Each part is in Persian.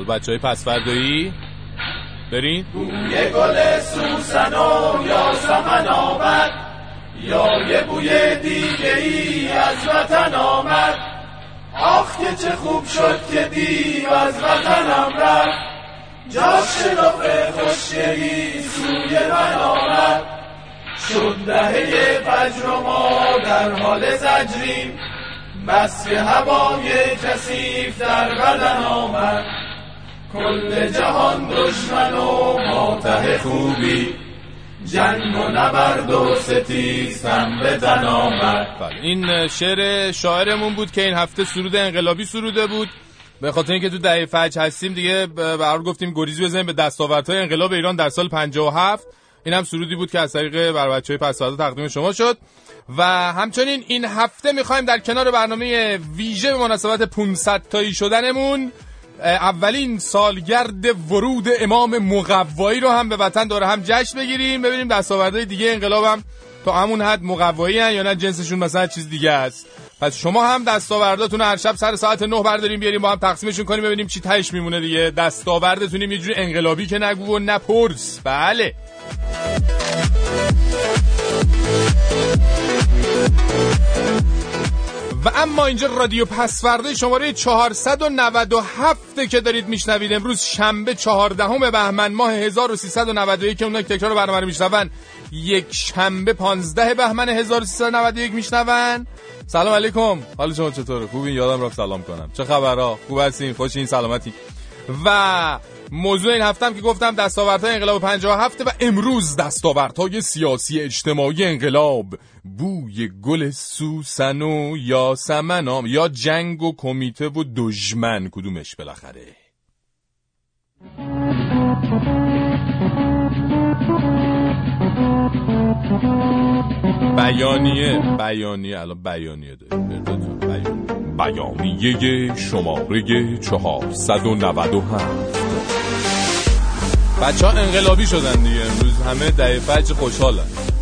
بچهای پسوردایی برین. بوی گل سوسن و یاسمن آمد، یا یه بوی دیگه ای از وطن آمد. آخ که چه خوب شد که دیو از وطنم رفت، جاش شلوغ خوشگلی سوی من آمد. شد دهه فجر و ما در حال زجریم، بس که هوای کثیف در بدن آمد. کل جهان دشمن و ما ته خوبی، جنگ و نبرد و ستیزم به تن آمد. این شعر شاعرمون بود که این هفته سرود انقلابی سروده بود. به خاطر اینکه تو دهه فجر هستیم دیگه برای گفتیم گریزی بزنیم به دستاوردهای انقلاب ایران در سال 57. این هم سرودی بود که از طریق بر بچهای پسوردا تقدیم شما شد. و همچنین این هفته میخوایم در کنار برنامه ویژه به مناسبت 500 تایی شدنمون اولین سالگرد ورود امام مقوایی رو هم به وطن داره هم جشن بگیریم، ببینیم دستاوردهای دیگه انقلابم تا همون حد مقوایی هن یا نه جنسشون مثلا چیز دیگه است. پس شما هم دستاورداتون هر شب سر ساعت 9 برداریم بیاریم با هم تقسیمشون کنیم ببینیم چی تهش میمونه دیگه. دستاوردتونیم یه جوری انقلابی که نگو و نپرس. بله و اما اینجا رادیو پسورده شماره 497 که دارید میشنوید. امروز شنبه 14 بهمن ماه 1391 که اونایی که تکرار برنامه رو میشنون یک شنبه 15 بهمن 1391 میشنون. سلام علیکم، حال شما چطوره؟ خوبین؟ یادم رفت سلام کنم. چه خبرها؟ خوب هستین؟ خوشین؟ سلامتی؟ و موضوع این هفتم که گفتم دستاوردهای انقلاب 57 و امروز دستاوردهای سیاسی اجتماعی انقلاب. بوی گل سوسن و یاسمن یا جنگ و کمیته و دشمن، کدومش بالاخره؟ بیانیه الان بیانیه داریم. بیانیه شماره 497. بچه ها انقلابی شدن دیگه امروز، همه دهه فجر خوشحالن.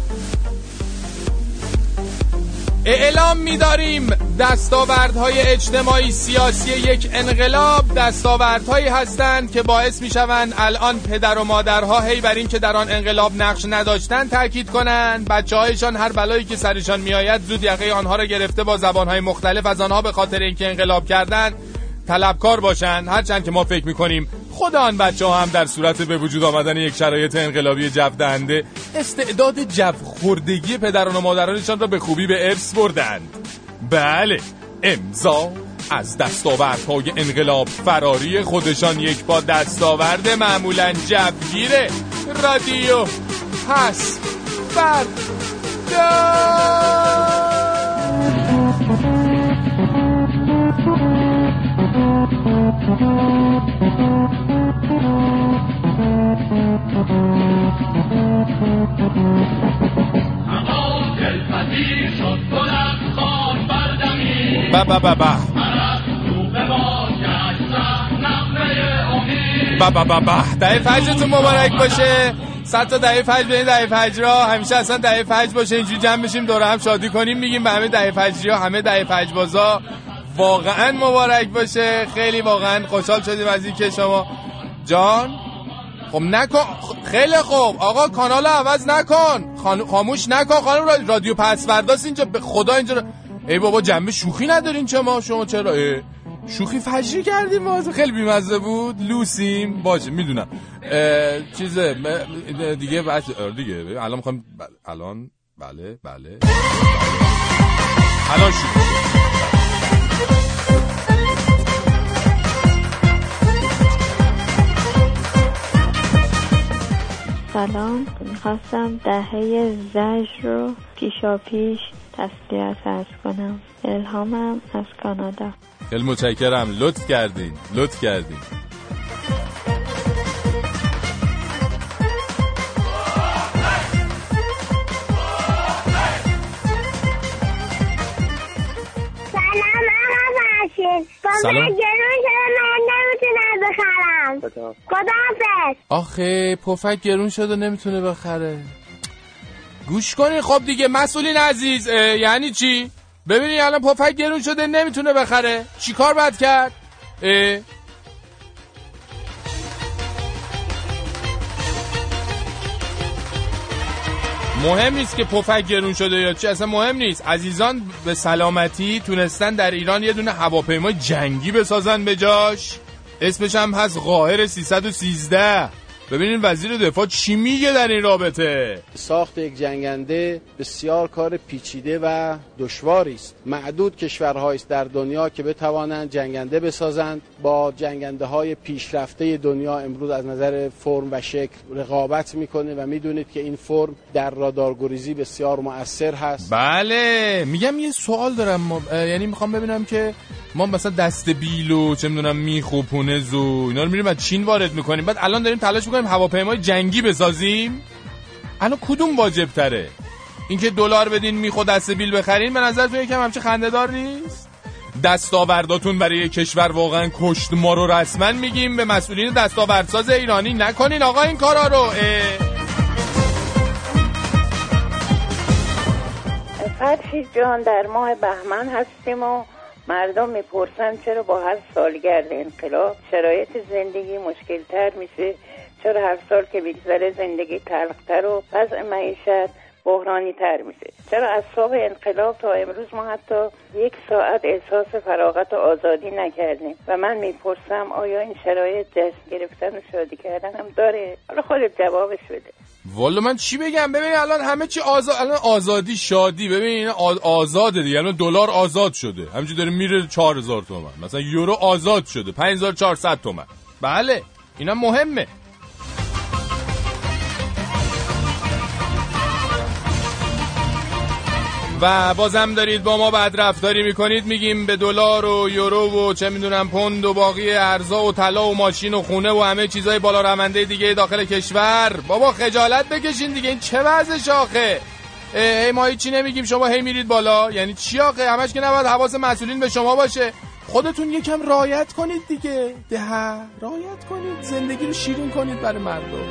اعلام می‌داریم دستاوردهای اجتماعی سیاسی یک انقلاب دستاوردهایی هستند که باعث می‌شوند الان پدر و مادرها هی بر این که در آن انقلاب نقش نداشتن تاکید کنند، بچه‌هایشان هر بلایی که سرشان میآید زود یقه آنها را گرفته با زبان‌های مختلف از آنها به خاطر اینکه انقلاب کردند طلبکار باشند، هرچند که ما فکر می‌کنیم خود آن بچه‌ها هم در صورت به وجود آمدن یک شرایط انقلابی جو دهنده استعداد جو خوردگی پدران و مادرانشان را به خوبی به ارث بردند. بله، امضا از دستاوردهای انقلاب فراری خودشان یک با دستاورد معمولاً جوگیره. رادیو پسوردا. دهه فجرتون مبارک باشه. 100 تا دهه فجر بین دهه فجرها همیشه اصلا دهه فجر باشه، اینجوری جمع بشیم دور هم شادی کنیم، میگیم به همه دهه فجری‌ها، همه دهه فجربازا واقعا مبارک باشه. خیلی واقعا خوشحال شدیم از این که شما جان خب نکن. خیلی خوب آقا، کانال عوض نکن، خاموش نکن خانم. رادیو پسورداست اینجا، به خدا اینجا. ای بابا جنبه شوخی ندارین شما چرا شوخی فجری کردیم؟ ما خیلی بیمزه بود. لوسیم باشه میدونم چیزه دیگه دیگه الان میخوام الان بله الان شروع. سلام، میخواستم دهه زجر رو پیشاپیش تسلیت عرض کنم. الهامم از کانادا. خیلی متشکرم، لطف کردین. سلام گرون شده من نمیتونم بخرم. خداحافظ. آخه پفک گرون شده نمیتونه بخره. گوش کنین خب دیگه مسئولین عزیز، یعنی چی؟ ببینی الان پفک گرون شده نمیتونه بخره، چی کار باید کرد؟ مهم نیست که پفک گرون شده یا چی، اصلا مهم نیست. عزیزان به سلامتی تونستن در ایران یه دونه هواپیمای جنگی بسازن به جاش، اسمش هم هست قاهر 313. ببینین وزیر دفاع چی میگه در این رابطه. ساخت یک جنگنده بسیار کار پیچیده و دشواری است. معدود کشورهایی است در دنیا که بتوانند جنگنده بسازند. با جنگنده های پیشرفته دنیا امروز از نظر فرم و شکل رقابت میکنه و میدونید که این فرم در رادارگریزی بسیار مؤثر هست. بله میگم یه سوال دارم، یعنی میخوام ببینم که ما مثلا دست بیلو چه میدونم میخ و پونز و اینا رو میریم از چین وارد میکنیم، بعد الان داریم تلاش میکنیم هواپیمای جنگی بسازیم. الان کدوم واجب تره؟ اینکه دلار بدین میخ و دست بیل بخرین به نظرتون یکم همچه خنده‌دار نیست؟ دستاورداتون برای کشور واقعا کشت ما رو رسما میگیم به مسئولین دستاوردساز ایرانی نکنین آقا این کارا رو. فرشید جان در ماه بهمن هستیم و مردم میپرسن چرا با هر سالگرد انقلاب شرایط زندگی مشکل تر میشه، چرا هر سال که بگذره زندگی تلختر و وضع معیشت بحرانی تر میشه، چرا از صبح انقلاب تا امروز ما حتی 1 ساعت احساس فراغت و آزادی نکردیم و من میپرسم آیا این شرایط جشن گرفتن و شادی کردن هم داره؟ حالا خودت جوابش بده. والا من چی بگم؟ ببین الان همه چی الان آزادی شادی، ببین آزاده دیگه، الان دلار آزاد شده، همینجوری داره میره 4000 تومان، مثلا یورو آزاد شده 5400 تومان. بله اینا مهمه. و بازم دارید با ما بدرفتاری میکنید، میگیم به دلار و یورو و چه میدونم پوند و باقی ارزا و طلا و ماشین و خونه و همه چیزای بالا رونده دیگه داخل کشور. بابا خجالت بکشین دیگه، این چه وضعش آخه؟ هی ما هیچی نمیگیم شما هی میرید بالا، یعنی چی آخه؟ همش که نباید حواس مسئولین به شما باشه. خودتون یکم رعایت کنید دیگه، رعایت کنید، زندگی رو شیرین کنید برای مردم.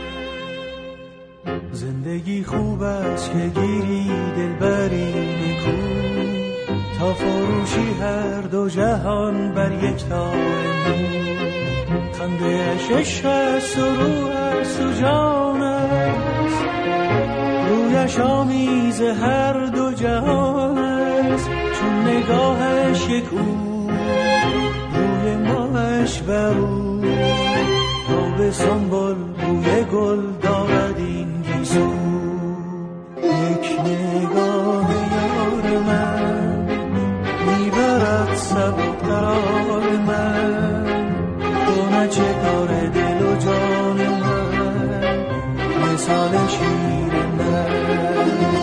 زندگی خوب است که گیری دلبری نیکو، تا فروشی هر دو جهان بر یک تار نور. خنده عشق است و روح است و جان است، رویش آمیز هر دو جهان است. چون نگاهش یک او، روی ماهش بر او، تا به سنبل بوی گل دارد این گیسو. یک نگاه یار من میبرد سبک قرار من، دونه چه کار دل و جان من، مثال شیر من.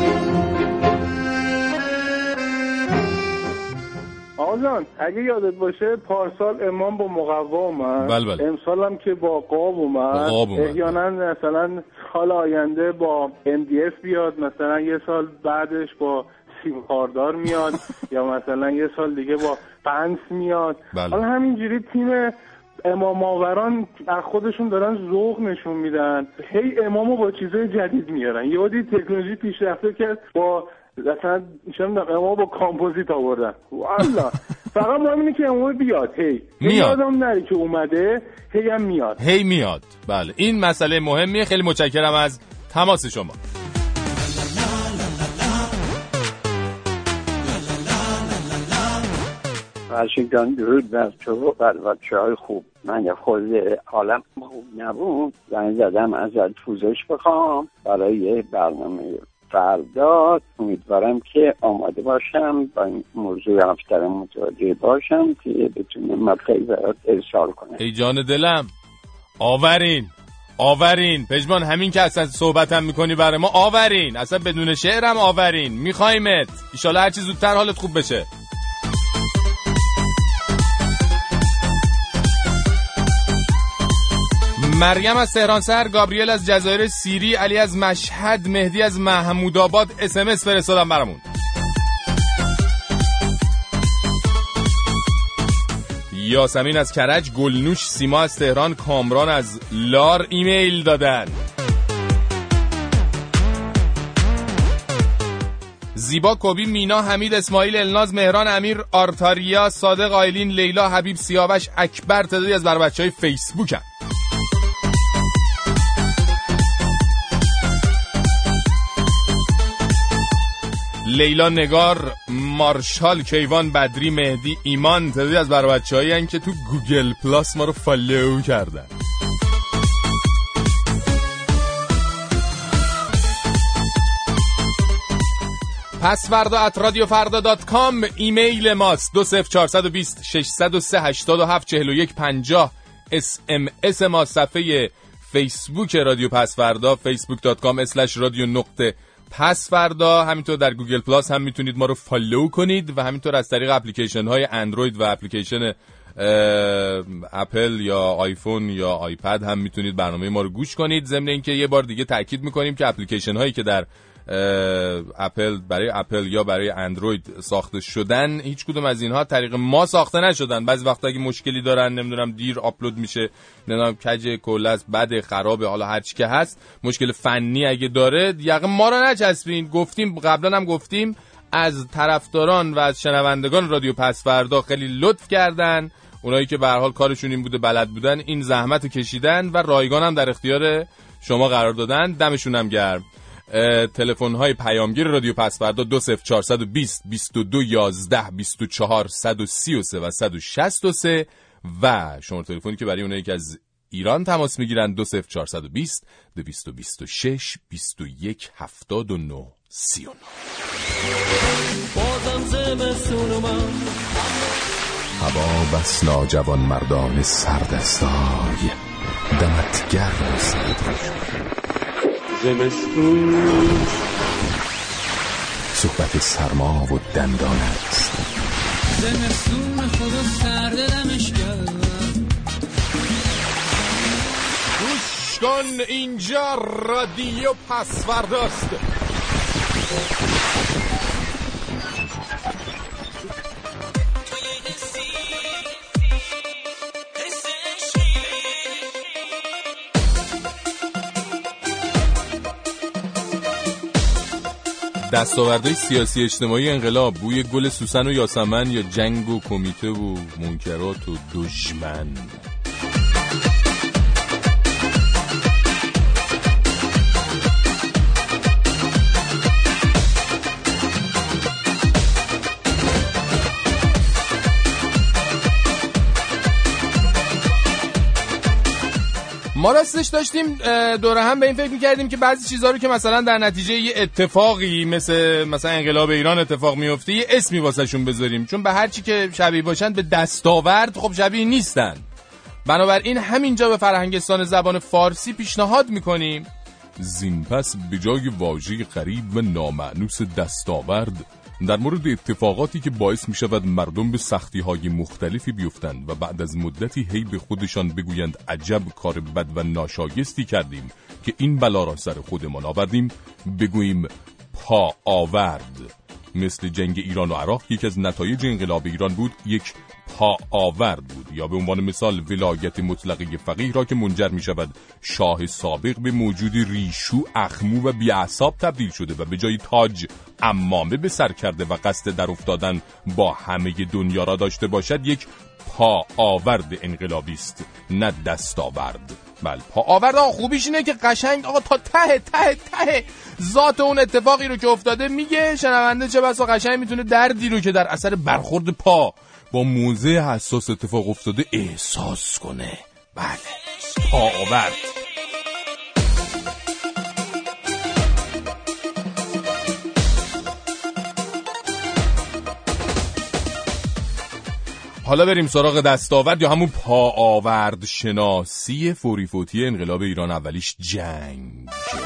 آقا اگه یادت باشه پارسال امام با مقوا اومد، بله. امسال هم که با قاب اومد. احیانا مثلا سال آینده با MDF بیاد، مثلا یه سال بعدش با سیم خاردار میاد یا مثلا یه سال دیگه با پنس میاد. حالا همینجوری تیم امام آوران از خودشون دارن ذوق نشون میدن، هی امامو با چیزای جدید میارن. یادی تکنولوژی پیشرفته کرد با مثلا امام با کامپوزیت آوردن. والله فقط مهم اینه که امام بیاد، هی یادم نره که اومده، هی هم میاد. بله این مسئله مهمیه. خیلی متشکرم از تماس شما. فرشید جان درود بر تو و بچه‌های خوب. من یه خود حالم خوب نبود، زنگ زدم ازت پوزش بخوام برای برنامه فردا. امیدوارم که آماده باشم با این موضوع هفته متوجه باشم که بتونم مطلبی برات ارسال کنم. ای جان دلم، آورین پژمان، همین که اصلا صحبتم میکنی برای ما آورین، اصلا بدون شعرم آورین، میخوایمت. ایشالا هرچی زودتر حالت خوب بشه. مریم از تهران سر، گابریل از جزایر سیری، علی از مشهد، مهدی از محمودآباد SMS فرستادن برامون. یاسمین از کرج، گلنوش، سیما از تهران، کامران از لار ایمیل دادن. زیبا، کوبی، مینا، حمید، اسماعیل، الناز، مهران، امیر، آرتاریا، صادق، آیلین، لیلا، حبیب، سیاوش، اکبر تعدادی از بچه‌های فیسبوک هم. لیلا، نگار، مارشال، کیوان، بدری، مهدی، ایمان تعدادی از برای بچه‌هایی هستن که تو گوگل پلاس ما رو فالو کردن. pasvarda@radiofarda.com ایمیل ماست. 20420 603 87 41 50 SMS ما. صفحه فیسبوک رادیو پسوردا facebook.com/radio.pasvarda. همینطور در گوگل پلاس هم میتونید ما رو فالو کنید و همینطور از طریق اپلیکیشن های اندروید و اپلیکیشن اپل یا آیفون یا آیپد هم میتونید برنامه ما رو گوش کنید. ضمن اینکه یه بار دیگه تاکید میکنیم که اپلیکیشن هایی که در اپل برای اپل یا برای اندروید ساخته شدن، هیچ کدوم از اینها طریق ما ساخته نشدن. بعضی وقتا اگه مشکلی دارن، نمیدونم دیر آپلود میشه، نمیدونم کج کلاس بده خرابه، حالا هر چی که هست، مشکل فنی اگه داره یقه ما رو نچسبین. گفتیم قبلا هم گفتیم، از طرفداران و از شنوندگان رادیو پسوردا خیلی لطف کردن. اونایی که به هر حال کارشون این بوده، بلد بودن، این زحمت کشیدن و رایگان هم در اختیار شما قرار دادن. دمشون هم گرم. تلفن های پیامگیر رادیو پسوردا 20420 22 11 24 133 و 163 و شماره تلفنی که برای اونایی که از ایران تماس میگیرن 20420 226 21 79 39. هوا بس ناجوان مردان سردستای دمت گرم زمستون، صحبت سرما و دندان است. زمستون خدا سرد دمش گرم. گوش کن اینجا رادیو پسورداست. دستاوردهای سیاسی اجتماعی انقلاب، بوی گل سوسن و یاسمن یا جنگ و کمیته و منکرات و دشمن. ما راستش داشتیم دوره هم به این فکر می‌کردیم که بعضی چیزها رو که مثلا در نتیجه یه اتفاقی مثلا انقلاب ایران اتفاق میفته یه اسمی واسهشون بذاریم، چون به هر چی که شبیه باشن به دستاورد خب شبیه نیستن. بنابراین همینجا به فرهنگستان زبان فارسی پیشنهاد می‌کنیم زین پس به جای واژه غریب و نامأنوس دستاورد در مورد اتفاقاتی که باعث می شود مردم به سختی‌های مختلفی بیفتند و بعد از مدتی هی به خودشان بگویند عجب کار بد و ناشایستی کردیم که این بلا را سر خودمان آوردیم، بگوییم پا آورد. مثل جنگ ایران و عراق یکی از نتایج انقلاب ایران بود، یک پا آورد بود. یا به عنوان مثال ولایت مطلقه فقیه را که منجر می شود شاه سابق به موجود ریشو، اخمو و بی‌اعصاب تبدیل شده و به جای تاج عمامه به سر کرده و قصد در افتادن با همه دنیا را داشته باشد، یک پا آورد انقلابی است، نه دستاورد. بله، پا آورد خوبیش اینه که قشنگ تا ته ذات اون اتفاقی رو که افتاده میگه، شنونده چه بسا قشنگ میتونه دردی رو که در اثر برخورد پا با موضع حساس اتفاق افتاده احساس کنه. بله، پا آورد. حالا بریم سراغ دستاورد یا همون پا آورد شناسی. فوری فوتی انقلاب ایران اولیش جنگ.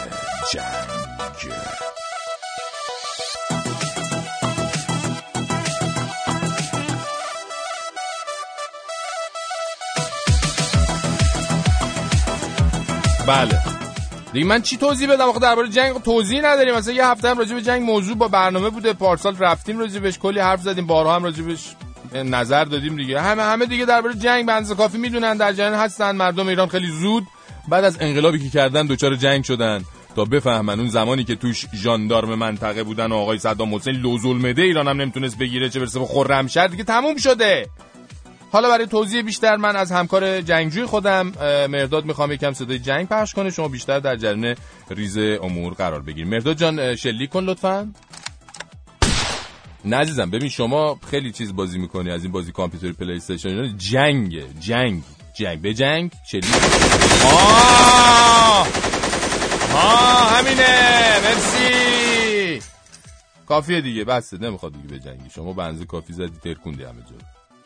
بله دیگه من چی توضیح بدم؟ آخه درباره جنگ توضیح نداریم. مثلا یه هفته هم راجع به جنگ موضوع با برنامه بوده، پارسال رفتیم راجع بهش کلی حرف زدیم، بارها هم راجع بهش نظر دادیم دیگه. همه دیگه درباره جنگ به اندازه کافی میدونن، در جریان هستن. مردم ایران خیلی زود بعد از انقلابی که کردن دوچار جنگ شدن تا بفهمن اون زمانی که توش ژاندارم منطقه بودن و آقای صدام حسین لوزالمعده ایران هم نمیتونست بگیره، چه برسه به خرمشهر، دیگه تموم شده. حالا برای توضیح بیشتر من از همکار جنگجوی خودم مرداد میخوام یکم صدای جنگ پخش کنه، شما بیشتر در جریان ریز امور قرار بگیرید. مرداد جان شلیک کن لطفاً. نه عزیزم ببین شما خیلی چیز بازی میکنی از این بازی کامپیوتری پلی استیشن، جنگ به جنگ چلی. همینه، مرسی، کافیه دیگه، بسه، نمیخواد دیگه بجنگی. شما بنزه کافی زدی، ترکوندی همه جا.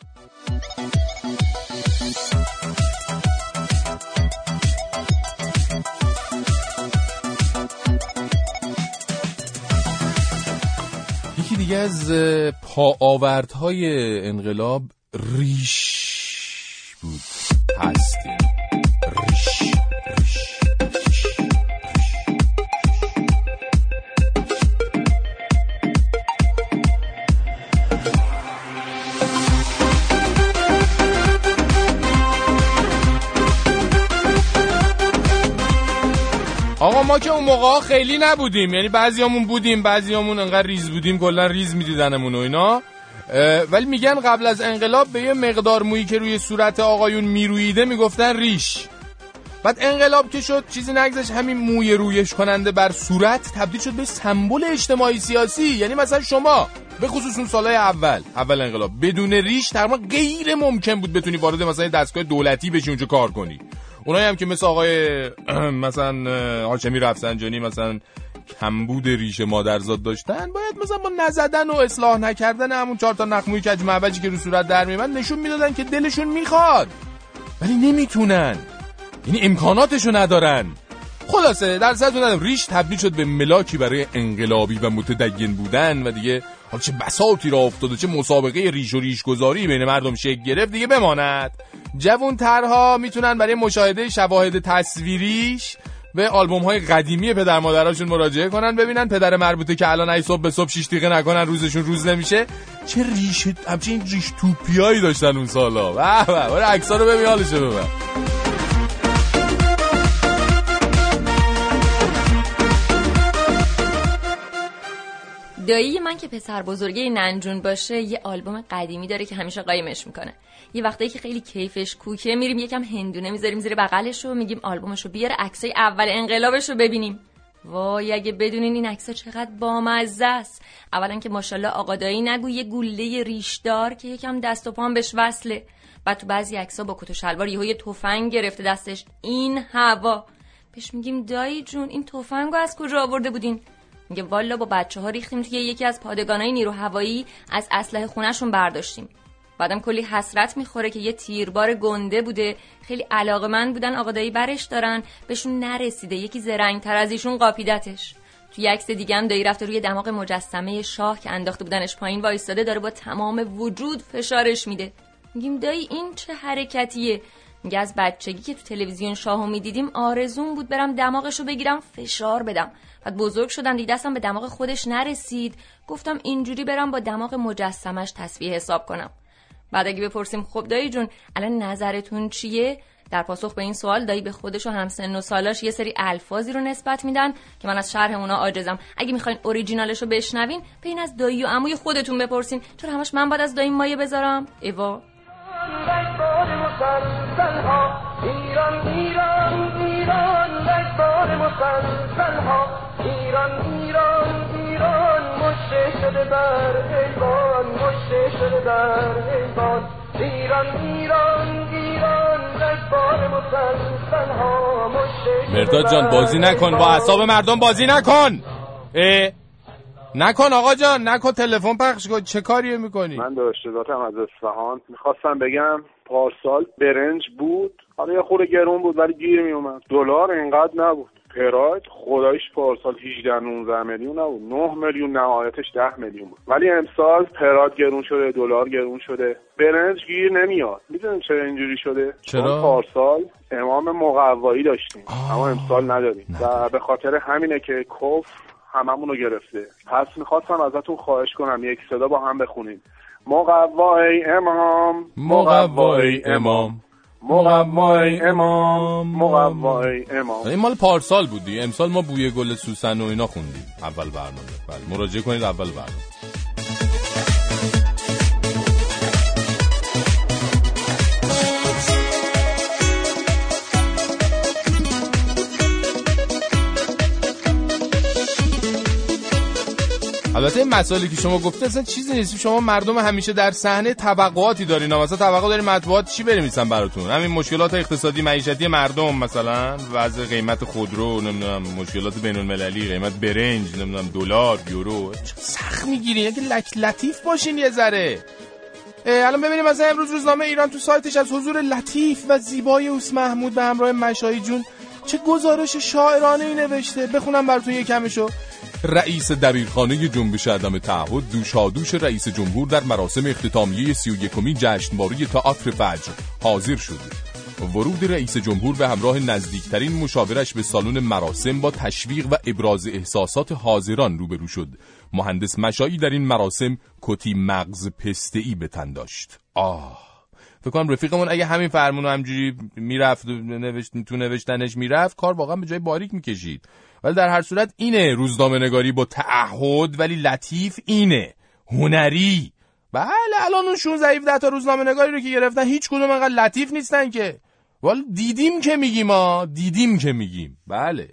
یکی دیگه از پاآوردهای انقلاب ریش بود، هستی ریش. آقا ما که اون موقع خیلی نبودیم، یعنی بعضیامون بودیم، بعضیامون انقدر ریز بودیم کلا ریز میدیدنمون و اینا، ولی میگن قبل از انقلاب به یه مقدار مویی که روی صورت آقایون میرویده میگفتن ریش. بعد انقلاب که شد چیزی نگذشت همین موی رویش کننده بر صورت تبدیل شد به سمبل اجتماعی سیاسی. یعنی مثلا شما به خصوص اون سالهای اول انقلاب بدون ریش تقریبا غیر ممکن بود بتونی وارد مثلا دستگاه دولتی بشی اونجا کار کنی. اونایی هم که مثل آقای مثلا هاشمی رفسنجانی مثلا کمبود ریش مادرزاد داشتن، باید مثلا با نزدن و اصلاح نکردن همون 4 تا نخموی کج معوجی که رو صورت در میمن نشون میدادن که دلشون میخواد ولی نمیتونن، یعنی امکاناتشو ندارن. خلاصه در صدتون ندارم ریش تبدیل شد به ملاکی برای انقلابی و متدین بودن و دیگه حالا چه بساطی را افتاد و چه مسابقه ریش و ریش گذاری بین مردم شکل گرفت دیگه بماند. جوان‌ترها میتونن برای مشاهده شواهد تصویریش به آلبوم‌های قدیمی پدر مادراشون مراجعه کنن، ببینن پدر مربوطه که الان ای صبح به صبح 6 دقیقه نکنن روزشون روز نمیشه چه ریش همچین ریش توپیایی داشتن اون سالا. واه برای عکس‌ها رو ببین، حالشو ببین. دایی من که پسر بزرگی ننجون باشه یه آلبوم قدیمی داره که همیشه قایمش میکنه. یه وقتایی که خیلی کیفش کوکه میریم یکم هندونه میذاریم زیر بغلش و میگیم آلبومشو بیاره عکسای اول انقلابشو ببینیم. وای اگه بدونین این عکسا چقدر بامزه است. اولا که ماشاءالله آقا دایی نگو یه گوله ریشدار که یکم دست و پام بهش وصله. بعد تو بعضی عکسا با کت و شلوار یه تفنگ گرفته دستش. این هوا بهش میگیم دایی جون این تفنگو از کجا آورده بودین؟ میگه والا با بچه‌ها ریختیم توی یکی از پادگانای نیرو هوایی از اسلحه خونه‌شون برداشتیم. بعدم کلی حسرت میخوره که یه تیربار گنده بوده، خیلی علاقه‌مند بودن آقا دایی برش دارن، بهشون نرسیده، یکی زرنگ‌تر از ایشون قاپیدتش. توی عکس دیگه هم دایی رفته روی دماغ مجسمه شاه که انداخته بودنش پایین وایستاده، داره با تمام وجود فشارش میده. میگیم دایی این چه حرکتیه؟ میگه از بچگی که تو تلویزیون شاهو میدیدیم آرزوم بود برم دماغشو بگیرم فشار بدم. بعد بزرگ شدم دیگه دستم به دماغ خودش نرسید، گفتم اینجوری برم با دماغ مجسمش تسبیح حساب کنم. بعد اگه بپرسیم خب دایی جون الان نظرتون چیه؟ در پاسخ به این سوال دایی به خودش و همسن و سالاش یه سری الفاظی رو نسبت میدن که من از شرح اونا عاجزم. اگه میخواین اوریجینالش رو بشنوین به این از دایی و عموی خودتون بپرسین. چرا همش من باید از دایی مایه بذارم؟ ایوا ایران ایران ایران دشتار مسلسل‌ها ایران ایران ایران مشته شده بر حیوان مشته شده بر حیوان ایران ایران ایران دشتار مسلسل‌ها مشته. مرداد جان بازی نکن با اعصاب مردم، بازی نکن. نکن آقا جان نکن، تلفن پخش کن. چه کاریه میکنی؟ من داشتم از اصفهان میخواستم بگم پارسال برنج بود، حالا یه خورده گرون بود ولی گیر میومد. دلار اینقدر نبود. پراید خدایش پارسال 18-19 میلیون نبود، 9 میلیون نهایتش 10 میلیون بود. ولی امسال پراید گرون شده، دلار گرون شده، برنج گیر نمیاد. میدونین چرا اینجوری شده؟ چرا؟ پارسال امام مقوایی داشتیم اما امسال نداریم و به خاطر همینه که کفر هممونو گرفته. پس میخواستم ازتون خواهش کنم یک صدا با هم بخونیم. مقوای امام مقوای امام مقوای امام مقوای امام. این مال پارسال بودی، امسال ما بوی گل سوسن و اینا خوندیم اول برنامه. بله مراجعه کنید اول برنامه. البته این مسائلی که شما گفته اصلا چیزی نیست. شما مردم همیشه در صحنه توقعاتی دارین، مثلا توقع دارین مطبوعات چی بنویسن براتون؟ همین مشکلات اقتصادی معیشتی مردم، مثلا وضع قیمت خودرو، نمیدونم مشکلات بین‌المللی، قیمت برنج، نمیدونم دلار، یورو. سخت میگیرین. اگه لطیف باشین یه ذره. الان ببینیم مثلا امروز روزنامه ایران تو سایتش از حضور لطیف و زیبای اوس محمود به همراه مشایی جون چه گزارش شاعرانه‌ای نوشته. بخونم براتون یکمشو. رئیس دبیرخانه جنبش عدم تعهد دوشادوش رئیس جمهور در مراسم اختتامیه 31مین جشنواره تئاتر فجر حاضر شد. ورود رئیس جمهور به همراه نزدیکترین مشاورش به سالن مراسم با تشویق و ابراز احساسات حاضران روبرو شد. مهندس مشایی در این مراسم کتی مغز پسته‌ای به تن داشت. فکر کنم رفیقمون اگه همین فرمونو همجوری میرفت تو نوشتنش میرفت، کار واقعا به جای باریک میکشید. ولی در هر صورت اینه روزنامه نگاری با تعهد ولی لطیف، اینه هنری. بله الان اون 16-17 تا روزنامه نگاری رو که گرفتن هیچ کدوم انقدر لطیف نیستن که. والا دیدیم که میگیم. بله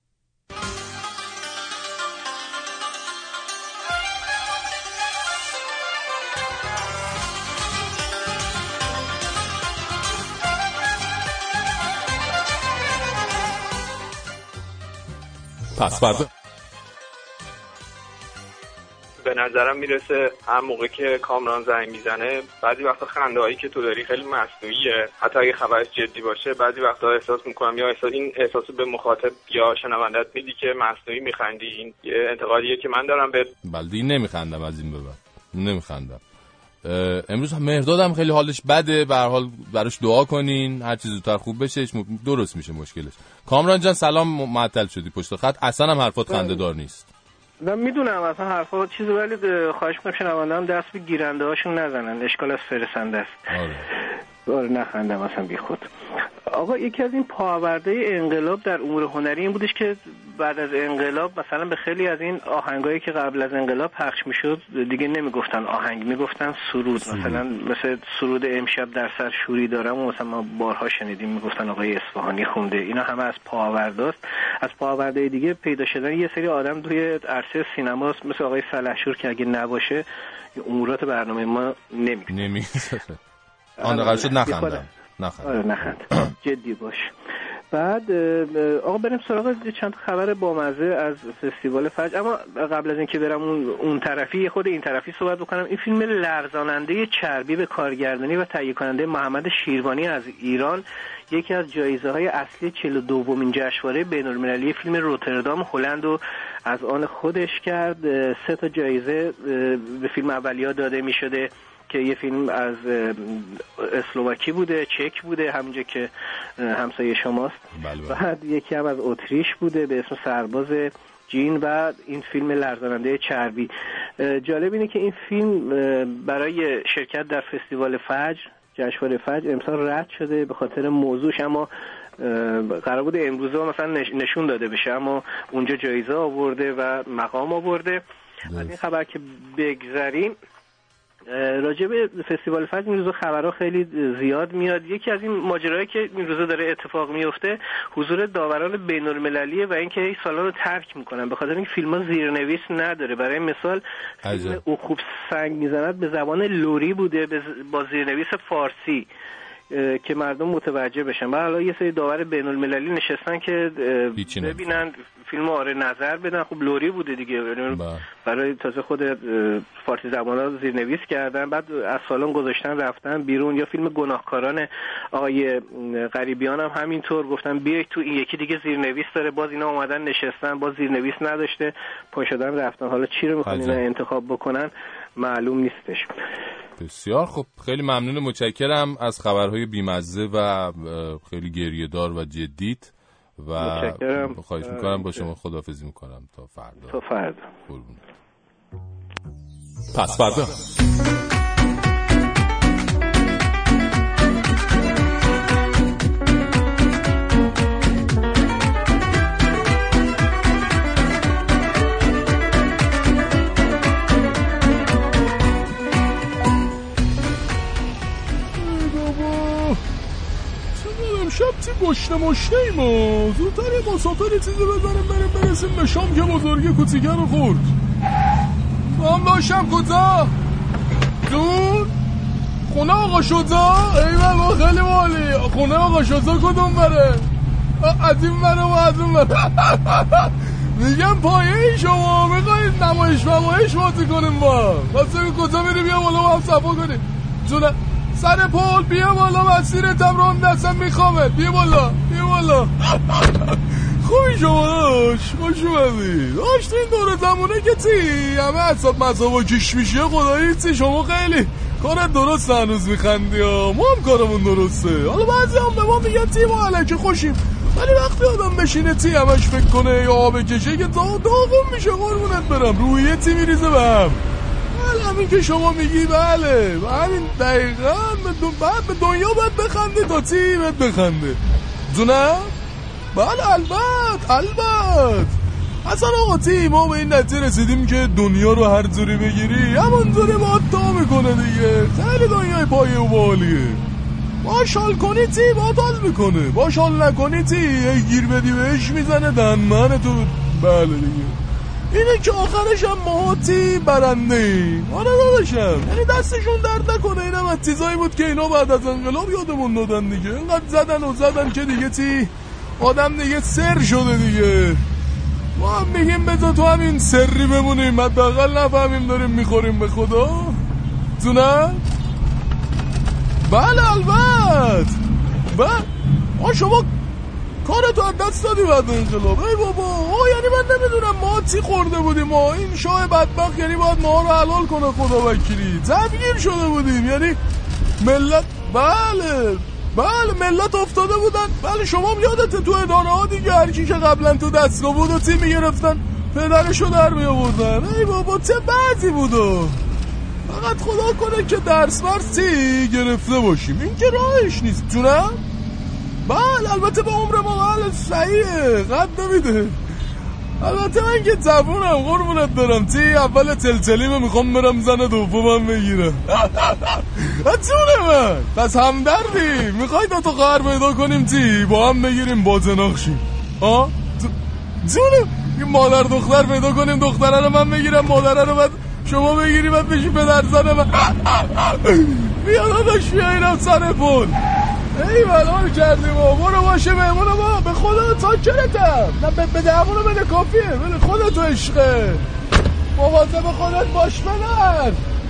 پس فردا به نظرم میرسه هم موقع که کامران زنگ میزنه بعضی وقتا خنده‌هایی که تو داری خیلی مصنوعیه، حتی اگه خبرش جدی باشه بعضی وقتا احساس میکنم یا این احساسو به مخاطب یا شنوندت میدی که مصنوعی میخندی. این انتقادیه که من دارم به بلدی. نمیخندم از این ببر، نمیخندم. امروز مهردادم خیلی حالش بده، به هر حال براش دعا کنین هر چیز زودتر خوب بشه، درست میشه مشکلش. کامران جان سلام، معطل شدی پشت خط، اصلا هم حرفات خنده‌دار نیست. من میدونم اصلا حرفا چیزی، ولی خواهش میکنم شنونده‌ام دست به گیرنده هاشون نزنن، اشکال از فرستنده است. آره نخندم اصلا بی خود. آقا یکی از این پاورده انقلاب در امور هنری این بودش که بعد از انقلاب مثلا به خیلی از این آهنگایی که قبل از انقلاب پخش میشد دیگه نمیگفتن آهنگ، میگفتن سرود. مثلا مثل سرود امشب در سر شوری دارم و مثلا ما بارها شنیدیم میگفتن آقای اصفهانی خونده. اینا همه از پاورداست. از پاورده دیگه پیدا شدن یه سری آدم توی عرصه سینماست مثل آقای سلحشور که اگه نباشه امورات برنامه ما نمیشه. آن دقیقا شد نخندم. جدی باش. بعد آقا بریم سراغ چند خبر بامزه از فستیوال فجر. اما قبل از اینکه برم اون طرفی خود این طرفی صحبت بکنم. این فیلم لرزاننده چربی به کارگردانی و تهیه کننده محمد شیروانی از ایران یکی از جایزه‌های اصلی 42مین جشنواره بین‌المللی فیلم روتردام هلند رو از آن خودش کرد. 3 تا جایزه به فیلم اولیا داده می‌شده که یه فیلم از اسلواکی بوده، چک بوده، همونجا که همسایه شماست. بعد یکی هم از اتریش بوده به اسم سرباز جین و این فیلم لرزاننده چربی. جالب اینه که این فیلم برای شرکت در فستیوال فجر، جشنواره فجر، امسال رد شده به خاطر موضوعش، اما قرار بود امروزه مثلا نشون داده بشه، اما اونجا جایزه آورده و مقام آورده. از این خبر که بگذریم، راجع به فستیوال فجر این روزا خبرها خیلی زیاد میاد. یکی از این ماجراهایی که این روزا داره اتفاق میفته حضور داوران بین‌المللیه و اینکه این سالن رو ترک میکنن به خاطر اینکه فیلم‌ها زیرنویس نداره. برای مثال فیلم او خوب سنگ میزند به زبان لری بوده با زیرنویس فارسی که مردم متوجه بشن. بعد حالا یه سری داور بین‌المللی نشستن که ببینن فیلمو آره نظر بدن. خب لوری بوده دیگه، برای تازه خود فارسی زبانا زیرنویس کردن، بعد از سالن گذاشتن رفتن بیرون. یا فیلم گناهکاران آقای غریبیان هم همینطور، گفتن بیاید تو، این یکی دیگه زیرنویس داره، باز اینا اومدن نشستن، باز زیرنویس نداشته، پا شدن رفتن. حالا چی رو میخوان اینا انتخاب بکنن معلوم نیستش. بسیار خب، خیلی ممنون، متشکرم از خبرهای بیمزه و خیلی گریه‌دار و جدیت و خواهش میکنم با شما خداحافظی میکنم تا فردا. پس فردا شب تی مشته ایم و زودتر یه مسافر چیزی بزنیم بریم برسیم به شام که بزرگی کوچیکه رو خورد. داشتم کجا؟ جون؟ خونه آقا شوزا؟ ای بابا خیلی مالی. خونه آقا شوزا کدوم بره؟ از این بره و از اون بره. میگم پایه شما میخواید نمایش بازی کنیم با واسه کجا میری؟ بیا بالا با هم صفا کنیم. جونه سر پول بیا بالا، مسیرتم رو دستم میخوامه. بیا بالا خوبی شما داشت؟ خوش اومدی. داشت این دوره زمونه که تی همه حساب مصابا کش میشه خدایی تی. شما خیلی کارت درست هنوز میخندی ها. ما هم کارمون درسته. حالا بعضی هم به ما میگن تی ما علکه خوشیم، ولی وقتی آدم بشینه تی همش فکر کنه یا آب کشه که داغون میشه. قربونت برم رویه تی میریزه به هم. بله همین که شما میگی. بله همین دقیقا. بعد به دنیا باید بخنده تا تی باید بخنده. دونه؟ بله البته. اصلا آقا تی ما به این نتیجه رسیدیم که دنیا رو هر جوری بگیری همونجوری باید تا میکنه دیگه. خیلی دنیای پایه و بالیه. باش حال کنی تی باید حال میکنه، باش حال نکنی تی گیر بدی بهش میزنه دنمن تو. بله دیگه اینه که آخرش هم ما تی برنده ایم. آره داداشم، یعنی دستشون درد نکنه. اینم از چیزایی بود که اینا بعد از انقلاب یادمون دادن دیگه. اینقدر زدن که دیگه تی آدم دیگه سر شده دیگه. ما هم میگیم بذار تو همین سری بمونیم، حداقل نفهمیم داریم میخوریم به خدا. تو نه؟ بله البته. شما کارتو از دست دادی بعد انقلاب. ای بابا یعنی من نمیدونم ما چی خورده بودیم. ما این شاه بدبخت یعنی باید ما رو حلال کنه خدا وکیلی. تفگیر شده بودیم یعنی ملت. بله ملت افتاده بودن. بله شما هم یادته تو اداره ها دیگه هر کی که قبلا تو دستگاه بود و تی میگرفتن پدرشو در میآوردن. ای بابا چه بعضی بودو. فقط خدا کنه که درس تی گرفته باشیم. این که راهش نیست. جونم؟ بله البته به عمر ما بله صحیحه قد نمیده. البته من که زبونم قربونت دارم تی اول تلتلیمه میخوام برم زن دومم بگیرم. جونه من پس همدردی میخوای تا تو خواهر پیدا کنیم تی با هم بگیریم بازناخشیم. جونه این مادر دختر پیدا کنیم، دختره رو من بگیرم مادره رو بعد شما بگیری بعد بشی پدر زن من. بیا داداش بیا اینم سر پول. ای بلال کردیم برو باشه مهمون ما. به خدا تاکرتم نه به دهمونو بده کافیه. بده خودتو عشقه مواظب خودت باش بلن.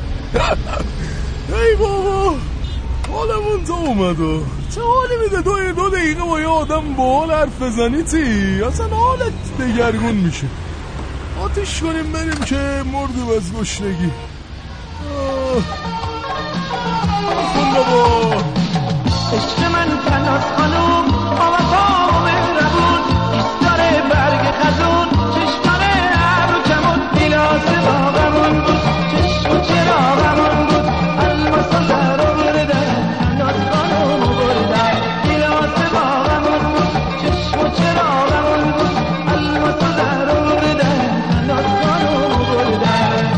ای بابا حالمون تو اومدو. چه حالی میده دو دقیقه با یه آدم با حال حرف بزنی تی اصلا حالت دگرگون میشه. آتیش کنیم بریم که مردیم از گشنگی. خونده با عشق من تناس خانوم آمتا مهربون ایستاره برگ خزون چشمانه ابرو کمون گیلاس باغمون بود چشم و چراغمون بود الماس و در آوردن تناس خانوم بردن گیلاس باغمون بود چشم و چراغمون بود الماس و در آوردن تناس خانوم بردن.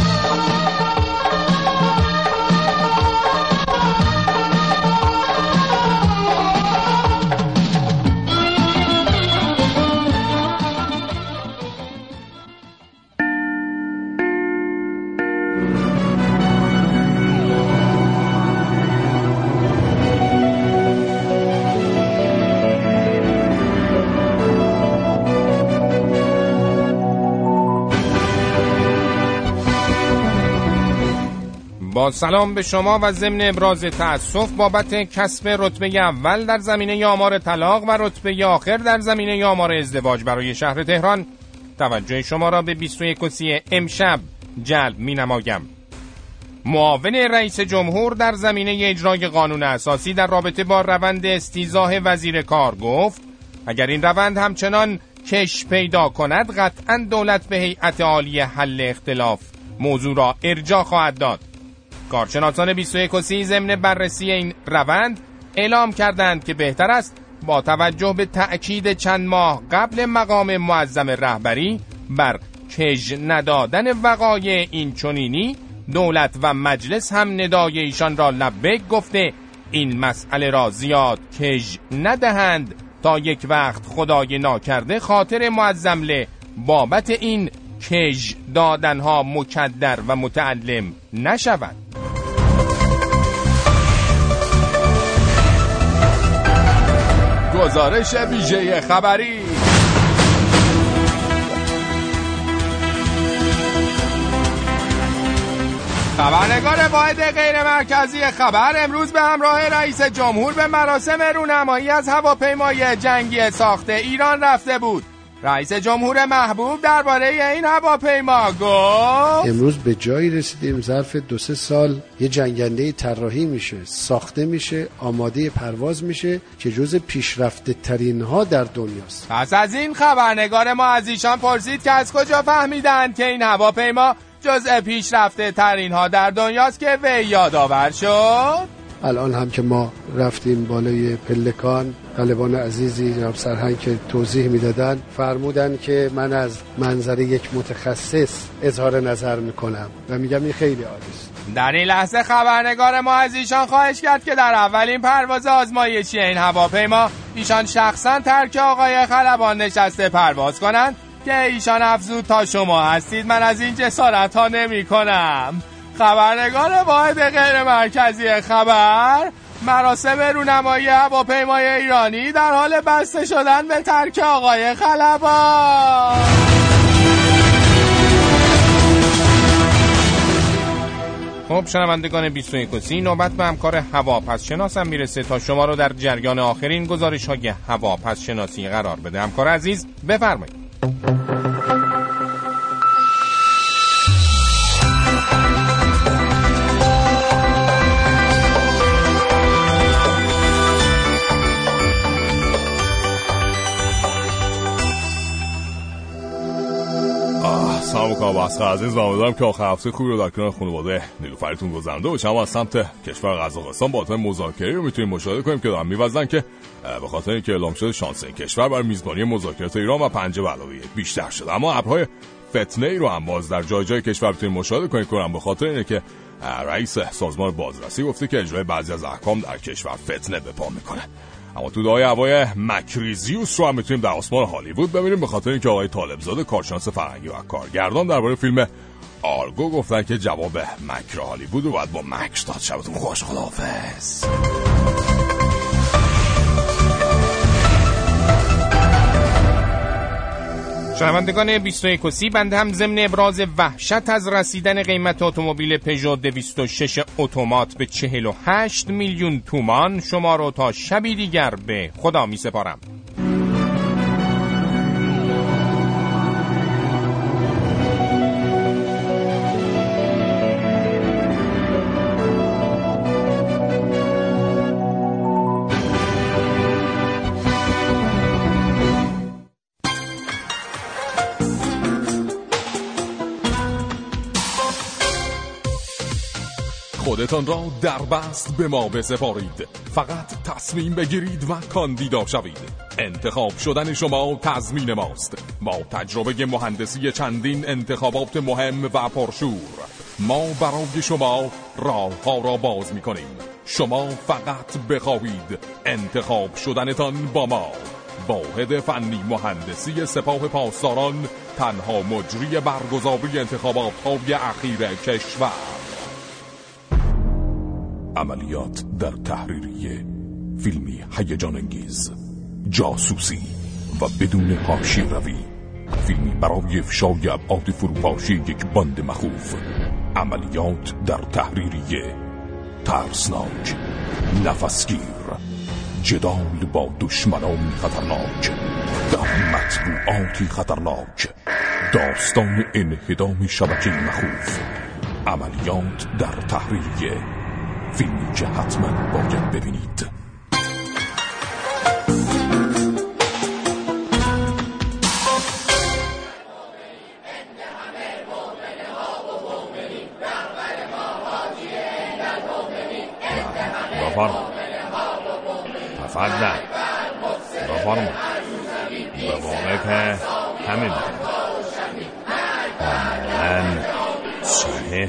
با سلام به شما و ضمن ابراز تأسف بابت کسب رتبه اول در زمینه آمار طلاق و رتبه آخر در زمینه آمار ازدواج برای شهر تهران توجه شما را به 21 امشب جلب می نمایم. معاون رئیس جمهور در زمینه اجرای قانون اساسی در رابطه با روند استیضاح وزیر کار گفت اگر این روند همچنان کش پیدا کند قطعاً دولت به هیئت عالیه حل اختلاف موضوع را ارجاع خواهد داد. کارشناسان 21 ضمن بررسی این روند اعلام کردند که بهتر است با توجه به تأکید چند ماه قبل مقام معظم رهبری بر کج ندادن وقایع این چنینی دولت و مجلس هم ندای ایشان را لبیک گفته این مسئله را زیاد کج ندهند تا یک وقت خدای ناکرده خاطر معظم له بابت این کژ دادنها مکدر و متعلم نشوند. گزارش ویژه خبری. خبرنگار واحد غیر مرکزی خبر امروز به همراه رئیس جمهور به مراسم رونمایی از هواپیمای جنگی ساخت ایران رفته بود. رئیس جمهور محبوب درباره این هواپیما گفت امروز به جایی رسیدیم ظرف 2-3 سال یه جنگنده طراحی میشه، ساخته میشه، آماده پرواز میشه که جز پیشرفته ترین ها در دنیاست. پس از این خبرنگار ما از ایشان پرسید که از کجا فهمیدن که این هواپیما جزء پیشرفته ترین ها در دنیاست که وی یادآور شد. الان هم که ما رفتیم بالای پلکان، طالبان عزیزی جناب سرهنگ که توضیح میدادن فرمودن که من از منظر یک متخصص اظهار نظر میکنم و میگم این خیلی عالی است. در این لحظه خبرنگار ما از ایشان خواهش کرد که در اولین پرواز آزمایشی این هواپیما ایشان شخصا ترک آقای خلبان نشسته پرواز کنند که ایشان افزود تا شما هستید من از این جسارت ها نمی کنم. خبرنگار واحد غیر مرکزی خبر مراسم رونمایی هواپیمای ایرانی در حال بسته شدن به ترک آقای خلبان. خب شنوندگان 21 نوبت به همکار هواپس شناسم میرسه تا شما رو در جریان آخرین گزارش های هواپس شناسی قرار بده. همکار عزیز بفرمایید. سلام میکنم بسخه عزیز و امیدوارم که آخر هفته خوبی رو در کنار خانواده نیلوفریتون گذرونده باشم. اما از سمت کشور قزاقستان با اتفاق مذاکره رو میتونیم مشاهده کنیم که دارن می‌وزن که به خاطر اینکه اعلام شده شانس این کشور برای میزبانی مذاکرات ایران و 5 به علاوه 1 بیشتر شده. اما ابرهای فتنه‌ای رو هم باز در جای جای کشور میتونیم مشاهده کنیم که به خاطر اینه که رئیس سازمان بازرسی گفته که اجرای بعضی از احکام در کشور فتنه به پا میکنه. اما تو دعای هوای مکریزیوس رو هم میتونیم در آسمان هالیوود ببینیم به خاطر اینکه آقای طالبزاده کارشناس فرهنگی و کارگردان درباره فیلم آرگو گفتن که جواب مکر هالیوود رو باید با مکر داد. شبتون خوش، خداحافظ. شنوندگان 21 بنده هم ضمن ابراز وحشت از رسیدن قیمت اتومبیل پژو 206 اتومات به 48 میلیون تومان شما رو تا شبی دیگر به خدا می سپارم. خودتان را در بست به ما بسپارید. فقط تصمیم بگیرید و کاندیدا شوید. انتخاب شدن شما تضمین ماست. با تجربه مهندسی چندین انتخابات مهم و پرشور ما برای شما راه ها را باز می کنیم. شما فقط بخواهید انتخاب شدنتان با ما. واحد فنی مهندسی سپاه پاسداران، تنها مجری برگزاری انتخابات های اخیر کشور. عملیات در تحریریه، فیلمی هیجان انگیز، جاسوسی و بدون حاشیه‌روی، فیلمی برای افشای ابعاد فروپاشی یک باند مخوف. عملیات در تحریریه، ترسناک، نفسگیر، جدال با دشمنان خطرناک، در مطبوعاتی خطرناک، داستان انهدام شبکه مخوف. عملیات در تحریریه، فیلمی که حتما باید ببینید. تفضل بفرما. به واقع که همین کاملا صحیح.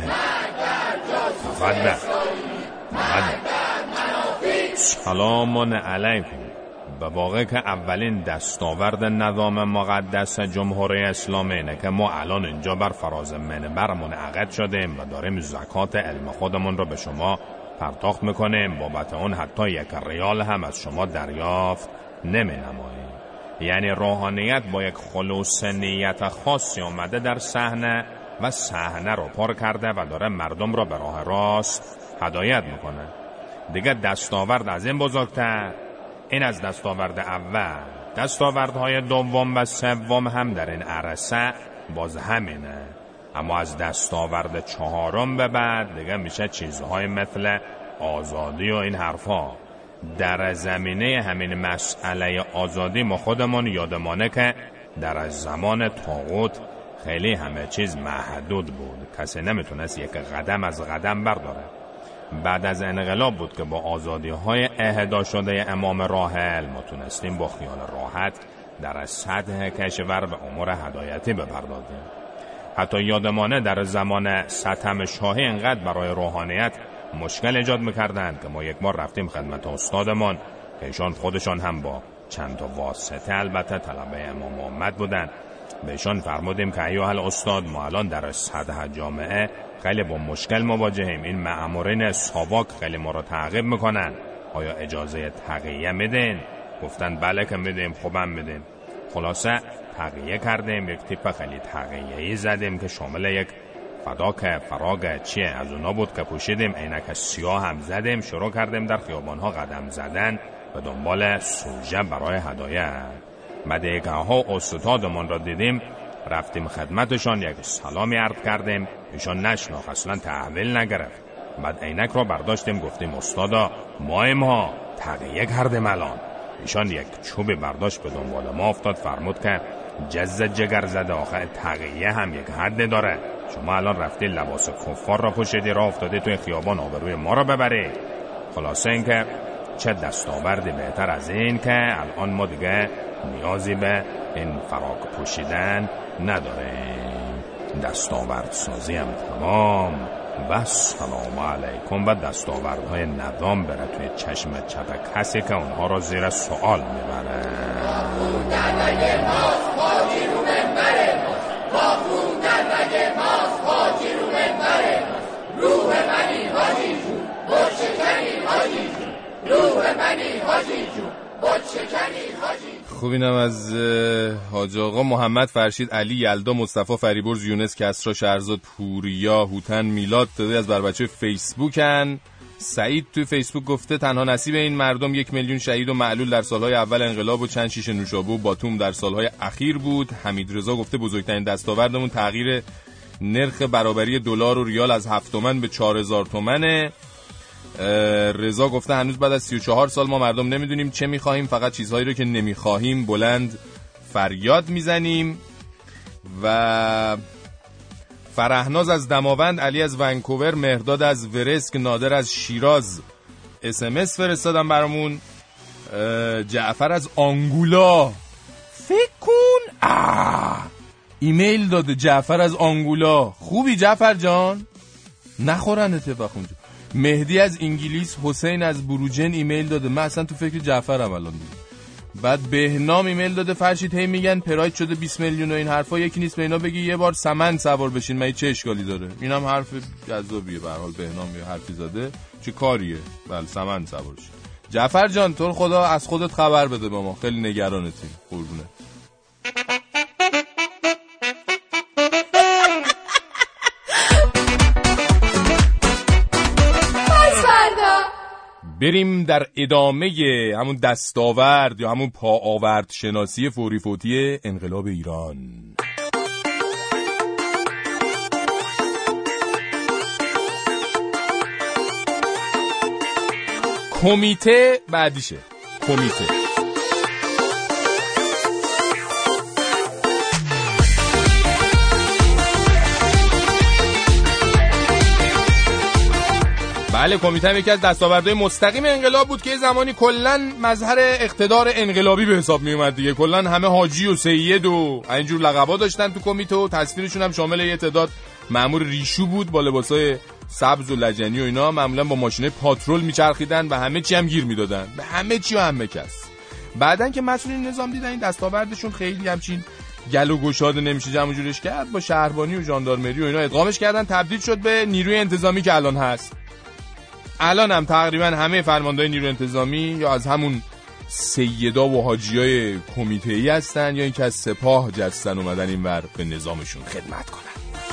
تفضل. سلام علیکم. به واقع که اولین دستاورد نظام مقدس جمهوری اسلامی اینه که ما الان اینجا بر فراز منبر منعقد شدیم و داریم زکات علم خودمون رو به شما پرداخت میکنیم، بابت اون حتی 1 ریال هم از شما دریافت نمینماییم. یعنی روحانیت با یک خلوص نیت خاصی اومده در صحنه و صحنه رو پر کرده و داره مردم رو به راه راست هدایت میکنه. دیگه دستاورد از این بزرگتر، این از دستاورد اول. دستاوردهای دوم و سوم هم در این عرصه باز همینه، اما از دستاورد 4 به بعد دیگه میشه چیزهای مثل آزادی و این حرفا. در زمینه همین مسئله آزادی ما خودمون یادمانه که در زمان طاغوت خیلی همه چیز محدود بود، کسی نمیتونست یک قدم از قدم برداره. بعد از انقلاب بود که با آزادی‌های اهدا شده امام راحل ما تونستیم با خیال راحت در سطح کشور به امور هدایتی بپردازیم. حتی یادمانه در زمان ستم شاهی انقدر برای روحانیت مشکل ایجاد می‌کردند که ما یک بار رفتیم خدمت استادمان که ایشان خودشان هم با چند تا واسطه البته طلبه امام محمد بودند. بهشان فرمودیم که ایها الاستاد، ما الان در سطح جامعه خیلی با مشکل مواجهیم، این مأمورین ساواک خیلی ما رو تعقیب میکنن، آیا اجازه تقیه میدین؟ گفتن بله که میدیم. خوبم میدیم. خلاصه تقیه کردیم، یک تیپ خیلی تقیه‌ای زدیم که شامل یک فداک فراگ چیه از اونا بود که پوشیدیم، عینک سیاه هم زدیم، شروع کردیم در خیابانها قدم زدن به دنبال سوژه برای هدایت. بعد ها استادمان را دیدیم، رفتیم خدمتشان، یک سلامی عرض کردیم، ایشان نشناخت، اصلا تحویل نگرفت. بعد عینک را برداشتیم گفتیم استادا ما تقیه کردیم الان. ایشان یک چوبی برداشت به دنبال ما افتاد، فرمود که جز جگر زده، آخه تقیه هم یک حد داره. شما الان رفتی لباس کفار را پوشیدی، را افتادی توی خیابان آبروی ما را ببری. خلاصه این که چه دستاوردی بهتر از این که الان ما دیگه نیازی به این فراک پوشیدن نداریم. دستاورد سازی هم تمام و سلام علیکم. و دستاوردهای نظام بره توی چشم چپ کسی که اونها را زیر سوال میبره. روح منی حاجی جون بچکنی حاجی جون، روح منی حاجی جون بچکنی حاجی. خوب اینم از حاج آقا محمد فرشید علی یلدا مصطفی فریبرز یونس کسرا شهرزاد پوریا هوتن میلاد تعدادی از بچه فیسبوکن. سعید توی فیسبوک گفته تنها نصیب این مردم 1 میلیون شهید و معلول در سالهای اول انقلاب و چند شیشه نوشابه و باتوم در سالهای اخیر بود. حمید رضا گفته بزرگترین دستاوردمون تغییر نرخ برابری دلار و ریال از 7 تومن به 4000 تومنه. رضا گفته هنوز بعد از 34 سال ما مردم نمیدونیم چه میخواهیم، فقط چیزهایی رو که نمیخواهیم بلند فریاد میزنیم. و فرهناز از دماوند، علی از ونکوور، مهرداد از ورسک، نادر از شیراز SMS فرستادن برامون. جعفر از آنگولا، فکر کن ایمیل داده. جعفر از آنگولا، خوبی جعفر جان؟ نخورن اتفاق اونجا. مهدی از انگلیس، حسین از بروجن ایمیل داده. من اصلا تو فکر جعفرم الان دیگه. بعد بهنام ایمیل داده فرشید هی میگن پراید شده 20 میلیون و این حرفا، یکی نیست به اینا بگی یه بار سمن سوار بشین، من چه اشکالی داره؟ اینم حرف جذابیه. به هر حال بهنام یه حرفی زده، چه کاریه؟ بله سمن سوار شید. جعفر جان تو خدا از خودت خبر بده به ما، خیلی نگرانتیم. قربونه. بریم در ادامه همون دستاورد یا همون پاآورد شناسی فوری فوتی انقلاب ایران. کمیته بعدیشه. کمیته بله، کمیته هم یکی از دستاوردهای مستقیم انقلاب بود که زمانی کلن مظهر اقتدار انقلابی به حساب می اومد دیگه. کلن همه حاجی و سید و اینجور لقبا داشتن تو کمیته و تصویرشون هم شامل یه تعداد مأمور ریشو بود با لباسای سبز و لجنی و اینا. معمولا با ماشینه پاترول میچرخیدن و همه چی هم گیر میدادن، به همه چی و همه کس. بعدن که مسئولین نظام دیدن این دستاوردشون خیلی همچین گل و گشاده نمیشه جمع جورش کرد، با شهربانی و ژاندارمری و اینا ادغامش کردن، تبدیل شد به نیروی انتظامی که الان هست. الان هم تقریبا همه فرماندهای نیروی انتظامی یا از همون سیدا و حاجیای کمیته‌ای هستن یا اینکه از سپاه جستن اومدن اینور به نظامشون خدمت کنن.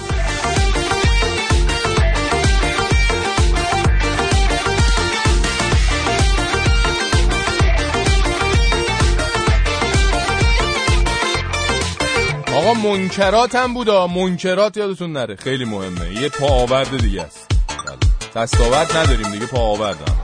آقا منکرات هم بودا، منکرات یادتون نره، خیلی مهمه، یه پا آورد دیگه است. دستاورد نداریم دیگه، پا آورد هم.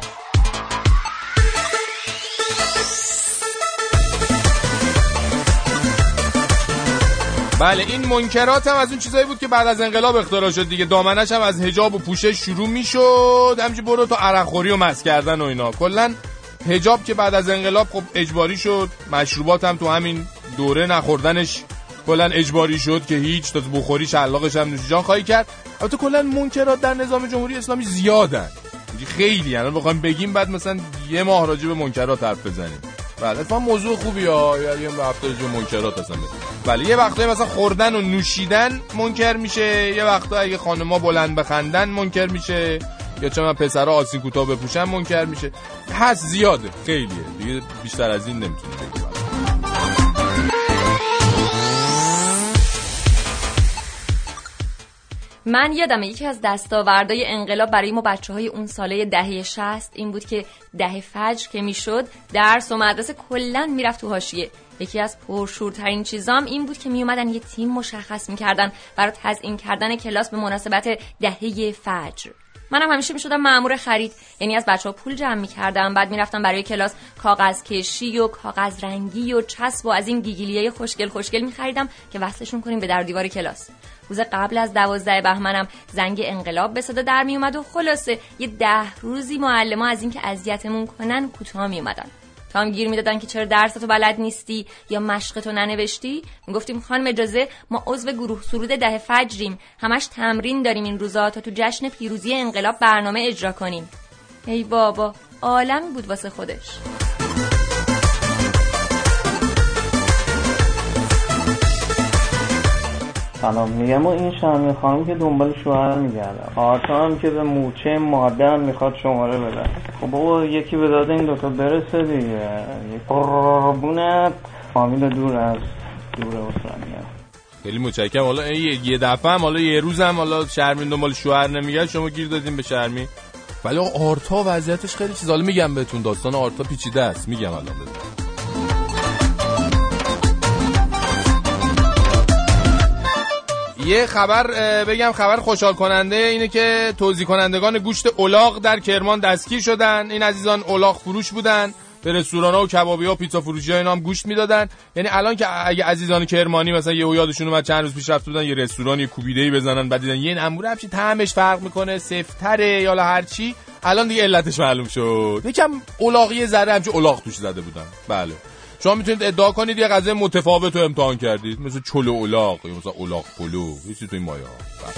بله این منکرات هم از اون چیزایی بود که بعد از انقلاب اختراع شد دیگه. دامنش هم از حجاب و پوشش شروع میشد، همینجوری برو تا عرقخوری و مس کردن و اینا. کلا حجاب که بعد از انقلاب خب اجباری شد، مشروبات هم تو همین دوره نخوردنش کلا اجباری شد که هیچ، تا بخوری شلاقش هم نوش جان خواهی کرد. البته کلا منکرات در نظام جمهوری اسلامی زیادن، خیلی، یعنی بخوایم بگیم بعد مثلا یه ماه راجع به منکرات حرف بزنیم. بله اتفاقا موضوع خوبیه یا یه هفته راجع به منکرات اصلا بزنیم. بله یه وقتایی مثلا خوردن و نوشیدن منکر میشه، یه وقتا اگه خانم‌ها بلند بخندن منکر میشه، یا چه من پسرا آستین کوتاه بپوشن منکر میشه. هست زیاده، خیلیه دیگه، بیشتر از این نمیتونیم بگیم. من یادمه یکی از دستاوردهای انقلاب برای ما بچه‌های اون ساله دهه 60 این بود که ده فجر که میشد درس و مدرسه کلاً میرفت تو حاشیه. یکی از پرشورترین چیزام این بود که میومدن یه تیم مشخص میکردن برای تزیین کردن کلاس به مناسبت دهه فجر. منم همیشه میشدم مأمور خرید، یعنی از بچه‌ها پول جمع می‌کردم، بعد میرفتم برای کلاس کاغذ کشی و کاغذ رنگی و چسب و از این گیگیلیای خوشگل می‌خریدم که وصلشون کنیم به در دیوار کلاس. روز قبل از 12 بهمنم زنگ انقلاب به صدا در میومد و خلاصه یه 10 روزی معلم‌ها از این که اذیتمون کنن کوتاه میومدن. تا هم گیر میدادن که چرا درستو بلد نیستی یا مشقتو ننوشتی. میگفتیم خانم اجازه ما عضو گروه سرود ده فجریم، همش تمرین داریم این روزا تا تو جشن پیروزی انقلاب برنامه اجرا کنیم. ای بابا عالمی بود واسه خودش. سلام، میگم این شرمی خانم که دنبال شوهر میگرده، آرتا هم که به موچه مادر میخواد شماره بده. خب بابا یکی به داد این دوتا برسه دیگه. قربونت فامیل دور از دور اوکراینیا. خیلی متشکرم. حالا یه دفعه هم حالا یه روز هم حالا شرمین دنبال شوهر نمیگرد، شما گیر دادین به شرمی. ولی آرتا وضعیتش خیلی چیز، حالا میگم بهتون داستان آرتا پیچیده است، میگم الان بهتون. یه خبر بگم، خبر خوشحال کننده اینه که توزیع کنندگان گوشت الاغ در کرمان دستگیر شدن. این عزیزان الاغ فروش بودن، به رستوران‌ها و کبابی‌ها و پیتزا فروشی‌ها اینا هم گوشت میدادن. یعنی الان که اگه عزیزان کرمانی مثلا یه یادشون اومد چند روز پیش رفته بودن یه رستورانی کوبیده‌ای بزنن، بعد دیدن یه انبوره همچین طعمش فرق میکنه، سفت‌تره یا هر چی، الان دیگه علتش معلوم شد. یکم الاغی ذره همچین الاغ توش زده بودن. بله شما میتونید ادعا کنید یه غذای متفاوت رو امتحان کردید، مثل چلو الاغ یا مثلا الاغ پلو، یه چیزی تو این مایه ها.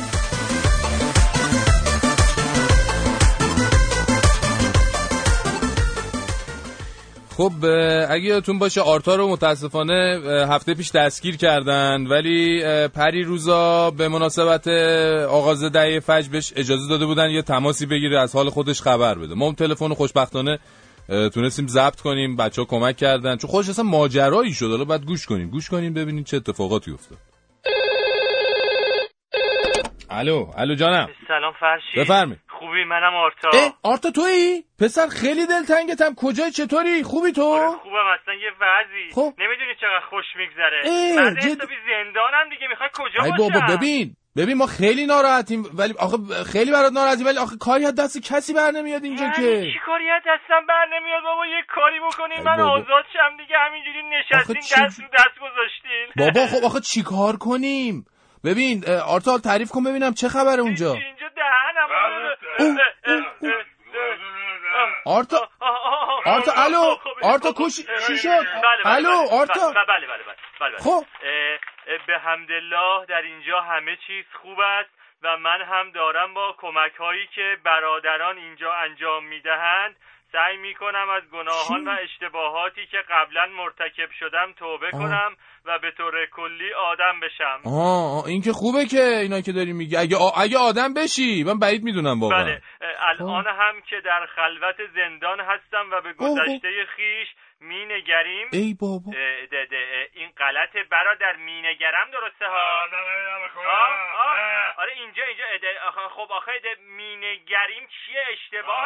خب اگه یادتون باشه آرتا رو متاسفانه هفته پیش دستگیر کردن، ولی پری روزا به مناسبت آغاز دهه فجر بهش اجازه داده بودن یه تماسی بگیره، از حال خودش خبر بده. ما اون تلفن خوشبختانه تونستیم ضبط کنیم، بچه‌ها کمک کردن، چون خودش اصلا ماجرایی شد. حالا بعد گوش کنیم ببینیم چه اتفاقاتی افتاد. الو جانم. سلام فرشید. بفرمایید. خوبی؟ منم آرتا. آرتا تویی؟ پسر خیلی دلتنگتم، کجای چطوری؟ خوبی تو؟ خوبم، اصلا یه وضعی خب. نمیدونی چقدر خوش میگذره. من حسابی زندانم دیگه، میخوای کجا باشم؟ ای بابا ببین ما خیلی ناراحتیم، ولی آخه خیلی برات ناراحتیم، ولی آخه کاری از دست کسی بر نمیاد اینجا که. چی کاری از دستم بر نمیاد بابا؟ یه کاری بکنین من آزاد شم دیگه. همینجوری نشستین دست رو دست گذاشتین. بابا خب آخه چیکار کنیم؟ ببین آرتا تعریف کن ببینم چه خبره اونجا. اینجا دهنم آرتا الو آرتا چی شد؟ الو آرتا. بله. خب به حمدالله در اینجا همه چیز خوب است و من هم دارم با کمک هایی که برادران اینجا انجام میدهند سعی میکنم از گناهان و اشتباهاتی که قبلا مرتکب شدم توبه کنم و به طور کلی آدم بشم. این که خوبه که اینا که داری میگی اگه آدم بشی، من بعید میدونم واقعا. بله، الان هم که در خلوت زندان هستم و به گذشته خیش مینگریم. ای بابا این غلطه برادر، مینگرم درسته ها؟ آره اینجا خب آخه مینگریم چیه؟ اشتباه.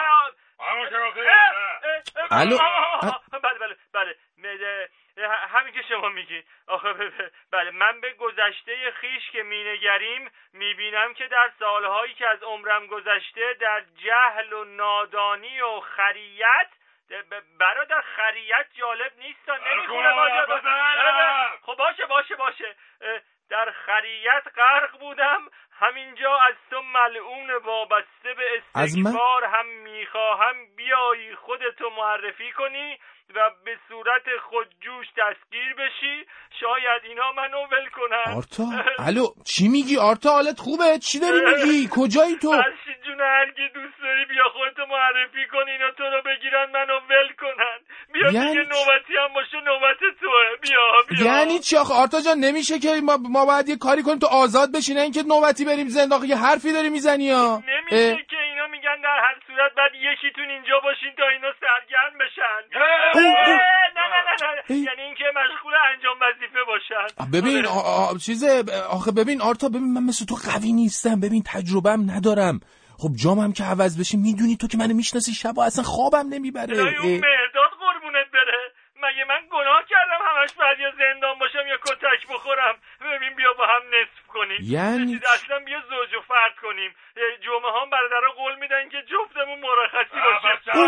الو بله همین که شما میگی. آخه بله، من به گذشته خیش که مینگریم میبینم که در سالهایی که از عمرم گذشته در جهل و نادانی و خریت. برادر خریت جالب نیست، نمیخونه ماجرا. خب باشه در خریت غرق بودم، همینجا از تو ملعون وابسته به استکبار هم میخواهم بیایی خودتو معرفی کنی و به صورت خودجوش دستگیر بشی، شاید اینا منو ول کنن. آرتا الو چی میگی آرتا؟ حالت خوبه؟ چی داری میگی؟ کجایی تو؟ فرشید جون، هرگی دوست داری بیا خودتو معرفی کن، اینا تو رو بگیرن منو ول کنن. بیا دیگه نوبتی هم باشه نوبت توه. بیا یعنی چی آخه آرتا جان؟ نمیشه که ما باید یه کاری کنیم تو آزاد بشی، نه اینکه نوبتی بریم زندان. یه حرفی داری میزنی ها؟ نمیشه که اینا میگن در هر صورت بعد یکیتون اینجا باشین تا اینا سرگرم بشن. نه یعنی اینکه مشغول انجام وظیفه باشن. ببین آخه ببین آرتا، ببین من مثل تو قوی نیستم، ببین تجربه‌ام ندارم. خب جامم که عوض بشه، میدونی تو که منو میشناسی، شبا اصلا خوابم نمیبره. اون مرداد قربونت بره، مگه من گناه کردم همش بعد یا زندان باشم یا کتک بخورم؟ ببین بیا با هم نصف کنیم، یعنی اصلا بیا زوج و فرد کنیم. جمعه هم برادرها قول میدن که جفتمون مرخصی باشه.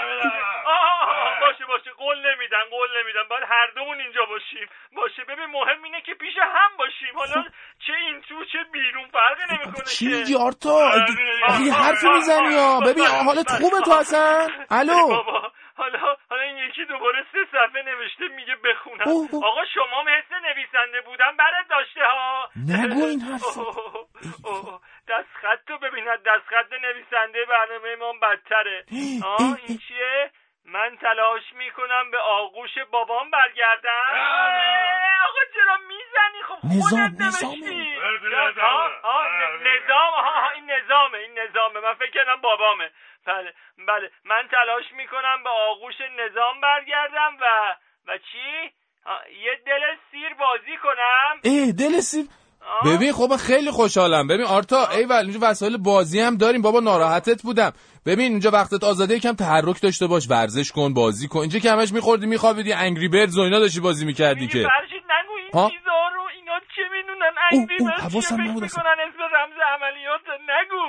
باشه قول نمیدن باید هر دومون اینجا باشیم. باشه ببین مهم اینه که پیش هم باشیم، حالا چه این تو چه بیرون فرقی نمیکنه. چی میگی آرتا؟ آخه یه حرفی میزنی ها. ببین حالت خوبه تو اصلا؟ الو حالا این یکی دوباره 3 صفحه نوشته میگه بخونم. آقا شما حس نویسنده بودن برات داشته ها؟ نگو این حرف. دستخط رو ببینید، دستخط نویسنده برنامه ما بدتره. این چیه؟ من تلاش میکنم به آغوش بابام برگردم. آقا چرا میزنی؟ خب خودت نوشتی. نظام این نظامه. من فکر کردم بابامه. بله من تلاش میکنم به آغوش نظام برگردم و چی؟ یه دل سیر بازی کنم. دل سیر؟ ببین خب خیلی خوشحالم. ببین آرتا ایول، اینجا وسایل بازی هم داریم. بابا ناراحتت بودم. ببین اینجا وقتت آزاده، یکم تحرک داشته باش، ورزش کن، بازی کن. اینجا که همش میخوردی میخوابیدی، انگری بردز و اینا داشتی بازی میکردی که. فرشید نگو این چیزا رو، اینا چه میدونن؟ انگری بردز چیه فکر میکنن اسم رمز عملیات؟ نگو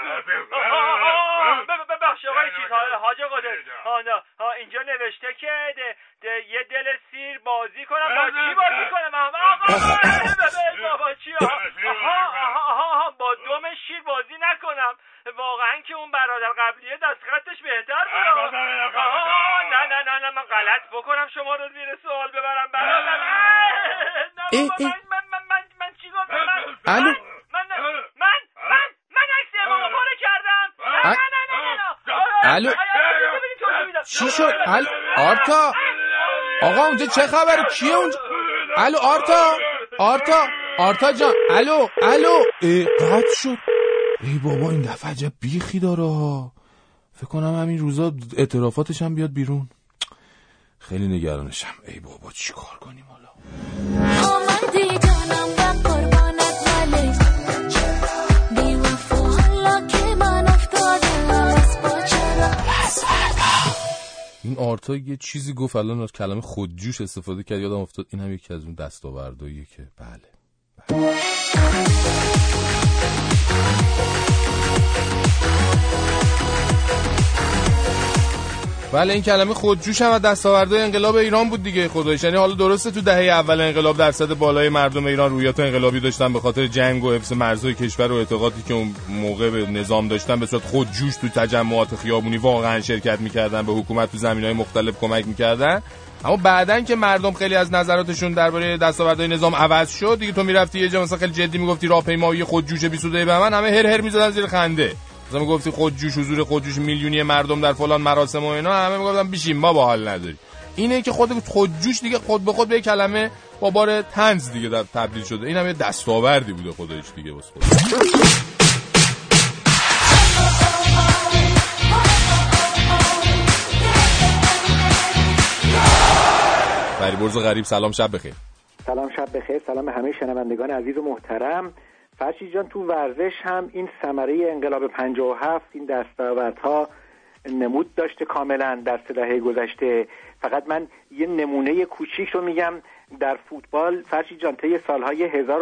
ببخش آقای چیز حاج قدس. اینجا نوشته که یه دل سیر بازی کنم. با چی بازی کنم؟ بابا چی؟ با دم شیر بازی نکنم. واقعا که اون برادر قبلیه دستخطش بهتر بود. نه من غلط بکنم شما رو زیر سوال ببرم برادر. من چی گفتم؟ من عکس امامو پاره کردم. نه چی شد؟ آرتا آقا اونجا چه خبره؟ کیه اونجا؟ الو آرتا جان. الو قطع شد. ای بابا این دفعه عجب بیخی داره. فکر کنم همین روزا اعترافاتش هم بیاد بیرون. خیلی نگرانشم. ای بابا چی کار کنیم حالا؟ آمدی جانم و قربانت ولی بی وفا حالا که من افتادم از با چرا. این آرتا یه چیزی گفت الان از کلمه خودجوش استفاده کرد، یادم افتاد این هم یکی از اون دستاورداییه که بله. بله این کلمه خودجوش هم از دستاوردهای انقلاب ایران بود دیگه خداییش. یعنی حالا درسته تو دهه اول انقلاب درصد بالای مردم ایران رویات انقلابی داشتن به خاطر جنگ و حفظ مرزهای کشور و اعتقادی که اون موقع به نظام داشتن، به صورت خودجوش تو تجمعات خیابونی واقعا شرکت می‌کردن، به حکومت تو زمینه‌های مختلف کمک می‌کردن. اما بعدن که مردم خیلی از نظراتشون درباره دستاوردهای نظام عوض شد دیگه، تو میرفتی یه جا مثلا خیلی جدی میگفتی راهپیمایی خودجوش 22 بهمن، همه هر می‌زدن زیر خنده. مثلا میگفتی خودجوش، حضور خودجوش میلیونی مردم در فلان مراسم و اینا، همه میگفتن بشین ما با حال نداریم. اینه که خودجوش دیگه خود به خود به کلمه با بار طنز دیگه در تبدیل شده. اینم یه دستاوردی بوده خودش دیگه واسه خود. فریبرز غریب سلام شب بخیر. سلام شب بخیر. سلام همه شنوندگان عزیز و محترم. فرشید جان تو ورزش هم این ثمره انقلاب 57 این دستاوردها نمود داشته کاملا در 3 دهه گذشته. فقط من یه نمونه کوچیک رو میگم در فوتبال فرشید جان طی سالهای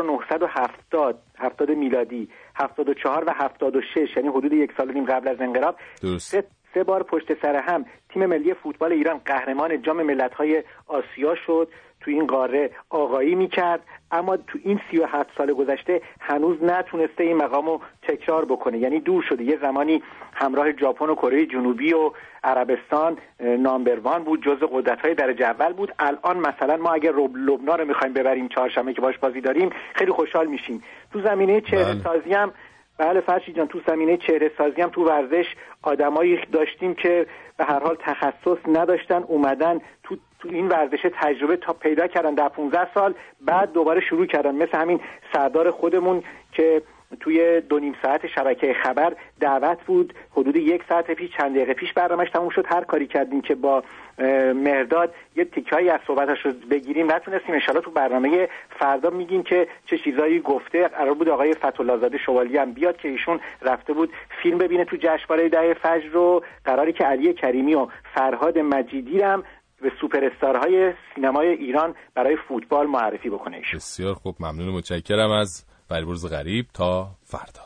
1970 میلادی 74 و 76 یعنی حدود 1 سال و نیم قبل از انقلاب 3 بار پشت سر هم تیم ملی فوتبال ایران قهرمان جام ملت‌های آسیا شد. تو این قاره آقایی میکرد، اما تو این 37 سال گذشته هنوز نتونسته این مقامو تکرار بکنه. یعنی دور شده. یه زمانی همراه ژاپن و کره جنوبی و عربستان نامبر 1 بود، جزو قدرت‌های درجه اول بود. الان مثلا ما اگر لبنان رو می‌خوایم ببریم چهارشنبه که باش بازی داریم خیلی خوشحال میشیم. تو زمینه چهره‌سازی هم بله فرشید جان، تو زمینه چهره‌سازی هم تو ورزش آدمایی داشتیم که به هر حال تخصص نداشتن، اومدن تو این ورزش تجربه تا پیدا کردن در 15 سال، بعد دوباره شروع کردن. مثل همین سردار خودمون که توی 2.5 ساعت شبکه خبر دعوت بود، حدود 1 ساعت پیش، چند دقیقه پیش برنامه‌اش تموم شد. هر کاری کردیم که با مهرداد یه تیکه‌ای از صحبتش رو بگیریم نتونستیم. ان شاءالله تو برنامه فردا میگیم که چه چیزایی گفته. قرار بود آقای فتح‌الله زاده شوالیه هم بیاد که ایشون رفته بود فیلم ببینه تو جشنواره 10 فجر رو. قراری که علی کریمی و فرهاد مجیدی هم به سوپر استارهای سینمای ایران برای فوتبال معرفی بکنه ایشون. بسیار خوب، ممنون و متشکرم از فریبرز غریب. تا فردا.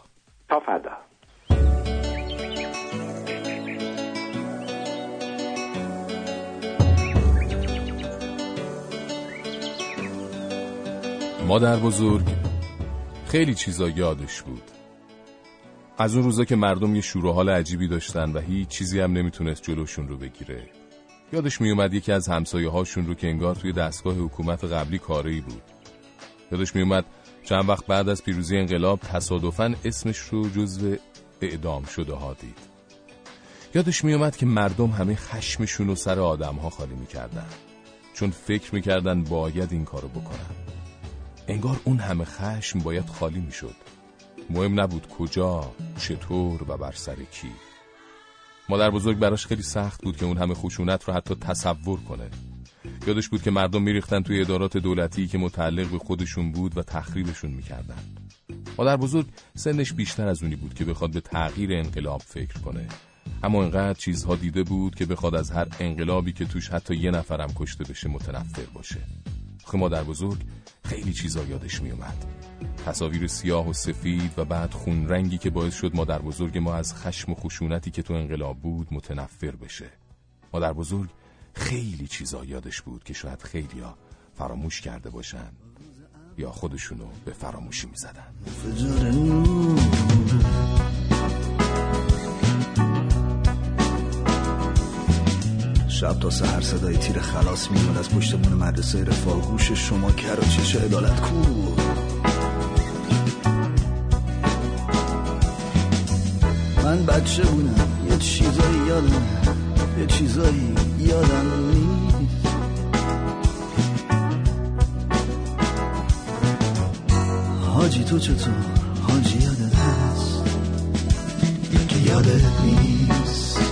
مادر بزرگ خیلی چیزا یادش بود. از اون روزا که مردم یه شور و حال عجیبی داشتن و هیچ چیزی هم نمیتونست جلوشون رو بگیره. یادش میومد یکی از همسایه‌هاشون رو که انگار توی دستگاه حکومت قبلی کاری بود. یادش میومد چند وقت بعد از پیروزی انقلاب تصادفاً اسمش رو جزو اعدام شده ها دید. یادش میومد که مردم همه خشمشون رو سر آدم‌ها خالی میکردن، چون فکر میکردن باید این کارو بکنن. انگار اون همه خشم باید خالی میشد. مهم نبود کجا، چطور و بر سر کی. مادر بزرگ براش خیلی سخت بود که اون همه خشونت رو حتی تصور کنه. یادش بود که مردم میریختن توی ادارات دولتی که متعلق به خودشون بود و تخریبشون میکردن. مادر بزرگ سنش بیشتر از اونی بود که بخواد به تغییر انقلاب فکر کنه، اما اینقدر چیزها دیده بود که بخواد از هر انقلابی که توش حتی یه نفرم کشته بشه متنفر باشه. آخه مادر بزرگ خیلی چیزا یادش میومد. تصاویر سیاه و سفید و بعد خون رنگی که باعث شد مادر بزرگ ما از خشم و خشونتی که تو انقلاب بود متنفر بشه. مادر بزرگ خیلی چیزا یادش بود که شاید خیلیا فراموش کرده باشن یا خودشونو به فراموشی میزدن. شب تا سحر صدای تیر خلاص میاد از پشتمون مدرسه رفاه. گوش شما کر و چش عدالت کو. من بچه بودم یه چیزایی یادم نیست. حاجی تو چطور؟ حاجی یادت هست که یادت نیست.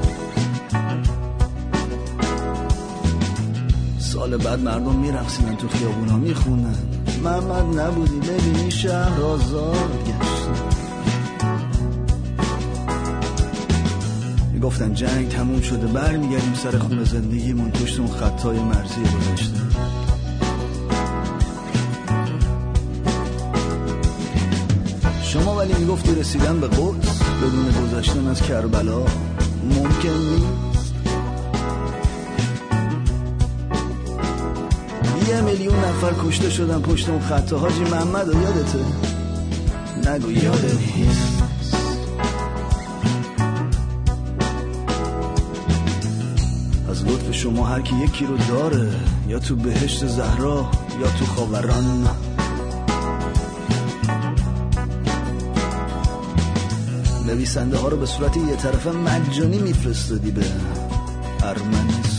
سال بعد مردم میرقصیدن تو خیابونا میخونن محمد نبودی ببینی شهر آزاد گشت. میگفتن جنگ تموم شده برمیگردیم سر خونه زندگیمون پشت اون خطای مرزی گذشته. شما ولی میگفتی رسیدن به قدس بدون گذشتن از کربلا ممکن نیست. 1 میلیون نفر کشته شدن پشت اون خطا. حاجی محمد رو یادته؟ نگو یادت نیست. از لطف شما هر کی یکی رو داره، یا تو بهشت زهرا یا تو خاوران. نویسنده ها رو به صورت یه طرفه مجانی میفرستادی به ارمنستان.